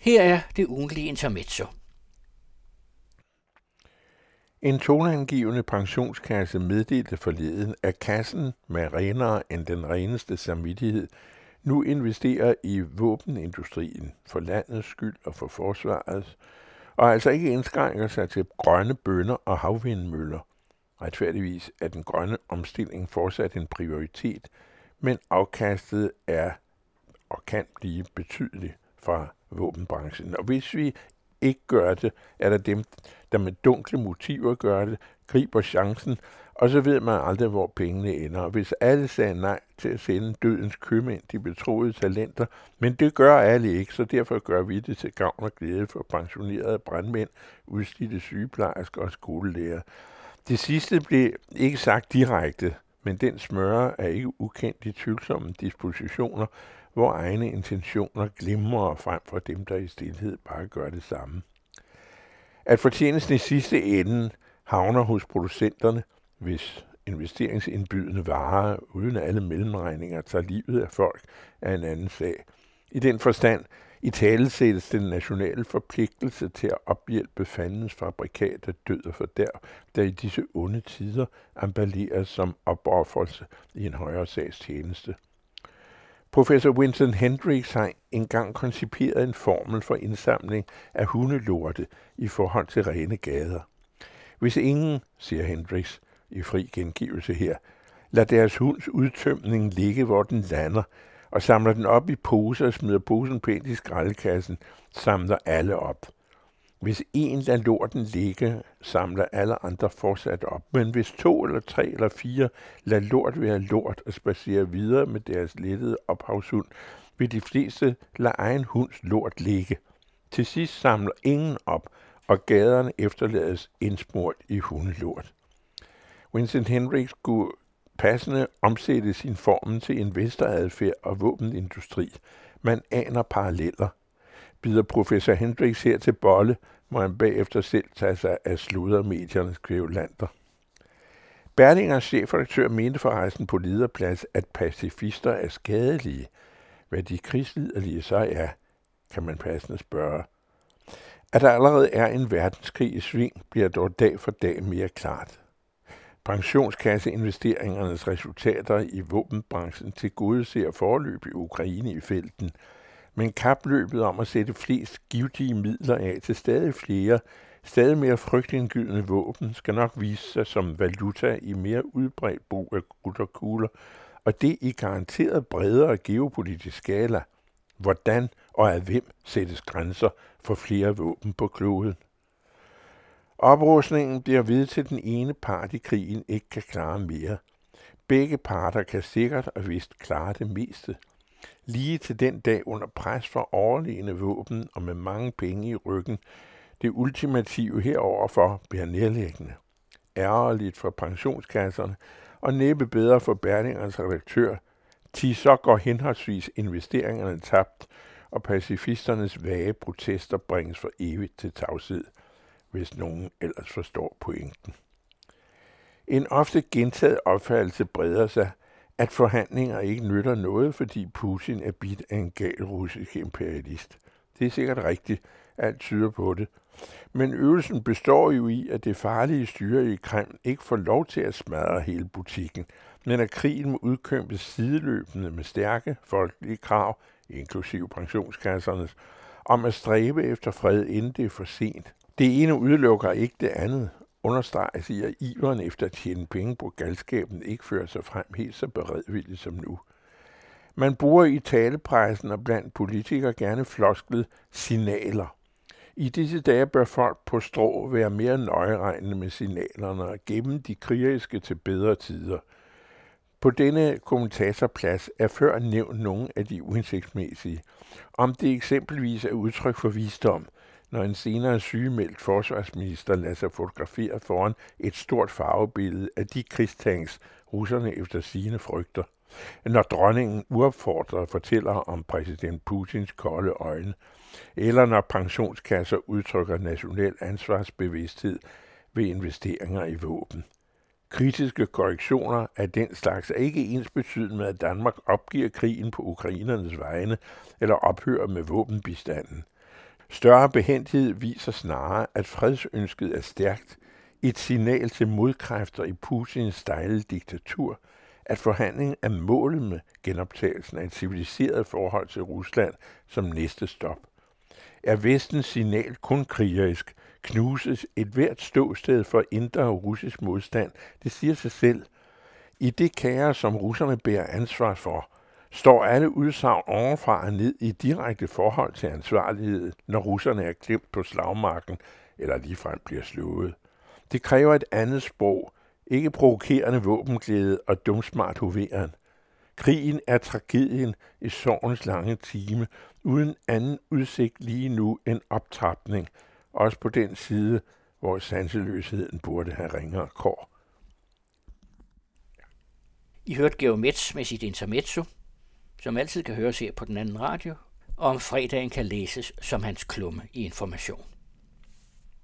Her er det ugentlige intermezzo. En toneangivende pensionskasse meddelte forleden, at kassen med renere end den reneste samvittighed nu investerer i våbenindustrien for landets skyld og for forsvarets, og altså ikke indskrænker sig til grønne bønner og havvindmøller. Retfærdigvis er den grønne omstilling fortsat en prioritet, men afkastet er og kan blive betydeligt fra våbenbranchen. Og hvis vi ikke gør det, er der dem, der med dunkle motiver gør det, griber chancen, og så ved man aldrig, hvor pengene ender. Og hvis alle sagde nej til at sende dødens købmænd de betroede talenter, men det gør alle ikke, så derfor gør vi det til gavn og glæde for pensionerede brandmænd, udslidte sygeplejersker og skolelærer. Det sidste blev ikke sagt direkte, men den smøre er ikke ukendt i tvivlsomme dispositioner, hvor egne intentioner glimrer frem for dem, der i stilhed bare gør det samme. At fortjenesten i sidste ende havner hos producenterne, hvis investeringsindbydende varer uden alle mellemregninger tager livet af folk, er en anden sag. I den forstand italesættes den nationale forpligtelse til at ophjælpe fandens fabrikat af død og fordærv, der i disse onde tider emballeres som opoffrelse i en højere sags tjeneste. Professor Winston Hendricks har engang konciperet en formel for indsamling af hundelorte i forhold til rene gader. Hvis ingen, siger Hendricks i fri gengivelse her, lader deres hunds udtømning ligge, hvor den lander, og samler den op i poser og smider posen pænt i skraldekassen, samler alle op. Hvis en lader lorten ligge, samler alle andre fortsat op. Men hvis 2 eller 3 eller 4 lader lort være lort og spacerer videre med deres lettede ophavshund, vil de fleste lade egen hunds lort ligge. Til sidst samler ingen op, og gaderne efterlades indsmurt i hundelort. Winston Hendricks skulle passende omsætte sin formel til investoradfærd og våbenindustri. Man aner paralleller. Bider professor Hendricks her til bolle, må han bagefter selv tage sig af sluddermediernes kvævlanter. Berlingers chefredaktør mente forresten på lederplads, at pacifister er skadelige. Hvad de krigsliderlige så er, kan man passende spørge. At der allerede er en verdenskrig i sving, bliver dog dag for dag mere klart. Pensionskasseinvesteringernes resultater i våbenbranchen tilgodeser foreløbig Ukraine i felten, men kapløbet om at sætte flest givtige midler af til stadig flere, stadig mere frygtindgydende våben skal nok vise sig som valuta i mere udbredt brug af krudt og kugler, og det i garanteret bredere geopolitisk skala. Hvordan og af hvem sættes grænser for flere våben på kloden? Oprustningen bliver ved til den ene part i krigen ikke kan klare mere. Begge parter kan sikkert og vist klare det meste. Lige til den dag under pres for overlegne våben og med mange penge i ryggen, det ultimative heroverfor bliver nærliggende. Ærgerligt for pensionskasserne og næppe bedre for Berlingers redaktør, så går henholdsvis investeringerne tabt, og pacifisternes vage protester bringes for evigt til tavshed, hvis nogen ellers forstår pointen. En ofte gentaget opfattelse breder sig, at forhandlinger ikke nytter noget, fordi Putin er bidt af en gal russisk imperialist. Det er sikkert rigtigt, alt tyder på det. Men øvelsen består jo i, at det farlige styre i Kreml ikke får lov til at smadre hele butikken, men at krigen må udkæmpes sideløbende med stærke folkelige krav, inklusive pensionskassernes, om at stræbe efter fred, inden det er for sent. Det ene udelukker ikke det andet, understreges i, at iveren efter at tjene penge på galskaben ikke fører sig frem helt så beredvilligt som nu. Man bruger i talepressen og blandt politikere gerne flosklet signaler. I disse dage bør folk på strå være mere nøjeregnende med signalerne og gemme de krigeriske til bedre tider. På denne kommentatorplads er før nævnt nogle af de uhensigtsmæssige. Om det eksempelvis er udtryk for visdom, når en senere sygemeldt forsvarsminister lader sig fotografere foran et stort farvebillede af de krigstanks, russerne efter sigende frygter. Når dronningen uopfordret fortæller om præsident Putins kolde øjne, eller når pensionskasser udtrykker national ansvarsbevidsthed ved investeringer i våben. Kritiske korrektioner af den slags er ikke ensbetydende med, at Danmark opgiver krigen på ukrainernes vegne eller ophører med våbenbistanden. Større behændighed viser snarere, at fredsønsket er stærkt, et signal til modkræfter i Putins stejle diktatur, at forhandlingen er målet med genoptagelsen af et civiliseret forhold til Rusland som næste stop. Er Vestens signal kun krigerisk, knuses et hvert ståsted for indre russisk modstand, det siger sig selv. I det kaos, som russerne bærer ansvar for, står alle udsagn ovenfra og ned i direkte forhold til ansvarlighed, når russerne er klemt på slagmarken eller ligefrem bliver slået. Det kræver et andet sprog, ikke provokerende våbenglæde og dumsmart hoveren. Krigen er tragedien i sorgens lange time, uden anden udsigt lige nu end optrapning, også på den side, hvor sanseløsheden burde have ringere kår. I hørte Georg Metz med sit intermezzo, som altid kan høres her på den anden radio, og om fredagen kan læses som hans klumme i Information.